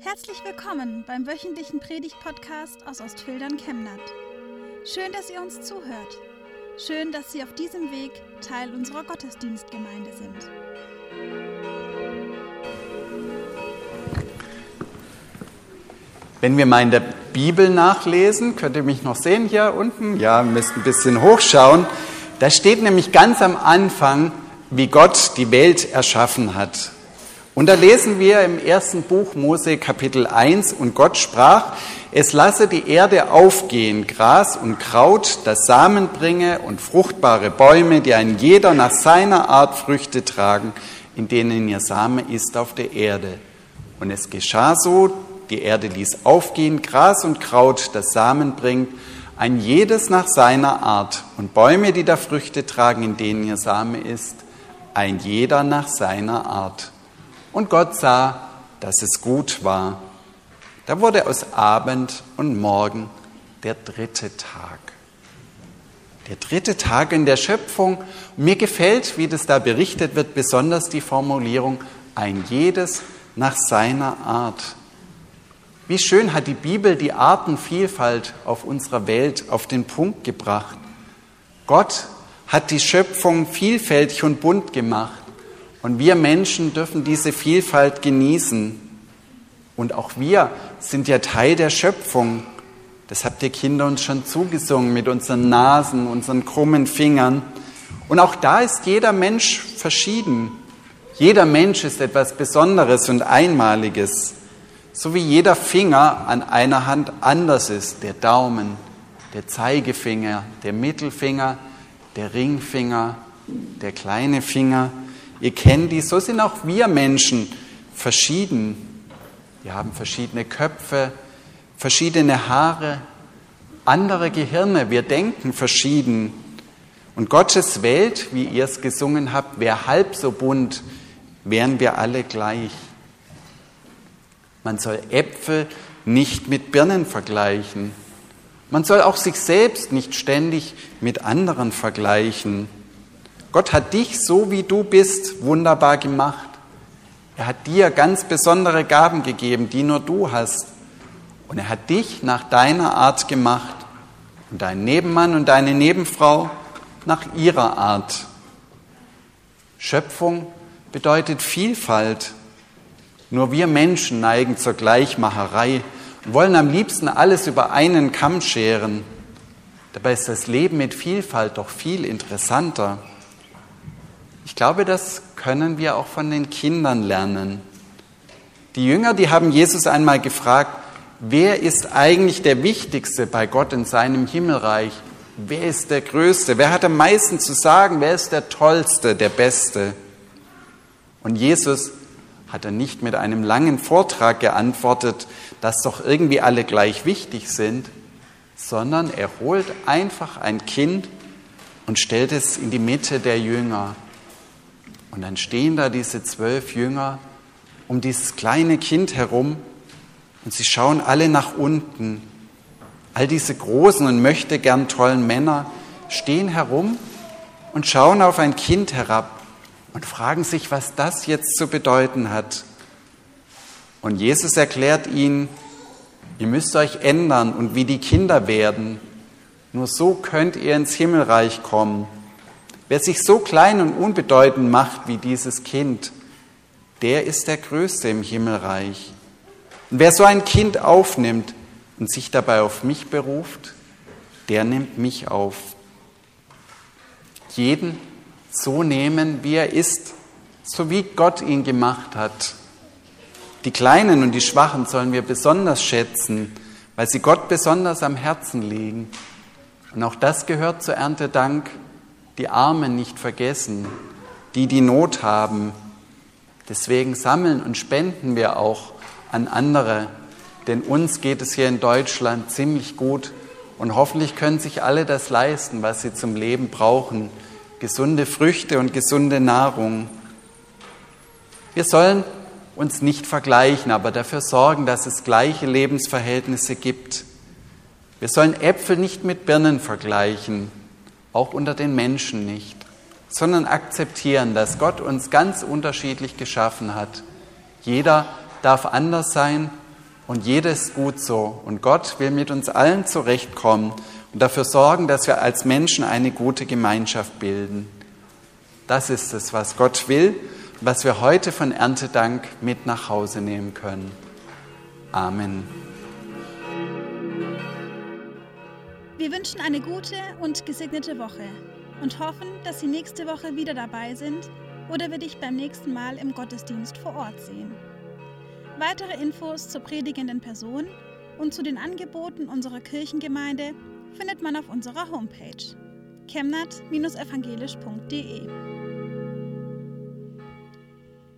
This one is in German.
Herzlich willkommen beim wöchentlichen Predigt-Podcast aus Ostfildern-Chemnat. Schön, dass ihr uns zuhört. Schön, dass Sie auf diesem Weg Teil unserer Gottesdienstgemeinde sind. Wenn wir mal in der Bibel nachlesen, könnt ihr mich noch sehen hier unten? Ja, müsst ein bisschen hochschauen. Da steht nämlich ganz am Anfang, wie Gott die Welt erschaffen hat. Und da lesen wir im ersten Buch Mose Kapitel 1, und Gott sprach, es lasse die Erde aufgehen, Gras und Kraut, das Samen bringe und fruchtbare Bäume, die ein jeder nach seiner Art Früchte tragen, in denen ihr Same ist auf der Erde. Und es geschah so, die Erde ließ aufgehen, Gras und Kraut, das Samen bringt, ein jedes nach seiner Art, und Bäume, die da Früchte tragen, in denen ihr Same ist, ein jeder nach seiner Art. Und Gott sah, dass es gut war. Da wurde aus Abend und Morgen der dritte Tag. Der dritte Tag in der Schöpfung. Mir gefällt, wie das da berichtet wird, besonders die Formulierung, ein jedes nach seiner Art. Wie schön hat die Bibel die Artenvielfalt auf unserer Welt auf den Punkt gebracht. Gott hat die Schöpfung vielfältig und bunt gemacht. Und wir Menschen dürfen diese Vielfalt genießen. Und auch wir sind ja Teil der Schöpfung. Das habt ihr Kinder uns schon zugesungen mit unseren Nasen, unseren krummen Fingern. Und auch da ist jeder Mensch verschieden. Jeder Mensch ist etwas Besonderes und Einmaliges. So wie jeder Finger an einer Hand anders ist. Der Daumen, der Zeigefinger, der Mittelfinger, der Ringfinger, der kleine Finger. Ihr kennt die, so sind auch wir Menschen verschieden. Wir haben verschiedene Köpfe, verschiedene Haare, andere Gehirne, wir denken verschieden. Und Gottes Welt, wie ihr es gesungen habt, wäre halb so bunt, wären wir alle gleich. Man soll Äpfel nicht mit Birnen vergleichen. Man soll auch sich selbst nicht ständig mit anderen vergleichen. Gott hat dich, so wie du bist, wunderbar gemacht. Er hat dir ganz besondere Gaben gegeben, die nur du hast. Und er hat dich nach deiner Art gemacht und deinen Nebenmann und deine Nebenfrau nach ihrer Art. Schöpfung bedeutet Vielfalt. Nur wir Menschen neigen zur Gleichmacherei und wollen am liebsten alles über einen Kamm scheren. Dabei ist das Leben mit Vielfalt doch viel interessanter. Ich glaube, das können wir auch von den Kindern lernen. Die Jünger, die haben Jesus einmal gefragt, wer ist eigentlich der Wichtigste bei Gott in seinem Himmelreich? Wer ist der Größte? Wer hat am meisten zu sagen? Wer ist der Tollste, der Beste? Und Jesus hat er nicht mit einem langen Vortrag geantwortet, dass doch irgendwie alle gleich wichtig sind, sondern er holt einfach ein Kind und stellt es in die Mitte der Jünger. Und dann stehen da diese 12 Jünger um dieses kleine Kind herum und sie schauen alle nach unten. All diese großen und möchtegern tollen Männer stehen herum und schauen auf ein Kind herab und fragen sich, was das jetzt zu bedeuten hat. Und Jesus erklärt ihnen, ihr müsst euch ändern und wie die Kinder werden. Nur so könnt ihr ins Himmelreich kommen. Wer sich so klein und unbedeutend macht wie dieses Kind, der ist der Größte im Himmelreich. Und wer so ein Kind aufnimmt und sich dabei auf mich beruft, der nimmt mich auf. Jeden so nehmen, wie er ist, so wie Gott ihn gemacht hat. Die Kleinen und die Schwachen sollen wir besonders schätzen, weil sie Gott besonders am Herzen liegen. Und auch das gehört zur Erntedank. Die Armen nicht vergessen, die Not haben. Deswegen sammeln und spenden wir auch an andere, denn uns geht es hier in Deutschland ziemlich gut und hoffentlich können sich alle das leisten, was sie zum Leben brauchen. Gesunde Früchte und gesunde Nahrung. Wir sollen uns nicht vergleichen, aber dafür sorgen, dass es gleiche Lebensverhältnisse gibt. Wir sollen Äpfel nicht mit Birnen vergleichen, auch unter den Menschen nicht, sondern akzeptieren, dass Gott uns ganz unterschiedlich geschaffen hat. Jeder darf anders sein Und jedes gut so. Und Gott will mit uns allen zurechtkommen und dafür sorgen, dass wir als Menschen eine gute Gemeinschaft bilden. Das ist es, was Gott will, was wir heute von Erntedank mit nach Hause nehmen können. Amen. Wir wünschen eine gute und gesegnete Woche und hoffen, dass Sie nächste Woche wieder dabei sind oder wir dich beim nächsten Mal im Gottesdienst vor Ort sehen. Weitere Infos zur predigenden Person und zu den Angeboten unserer Kirchengemeinde findet man auf unserer Homepage chemnat-evangelisch.de.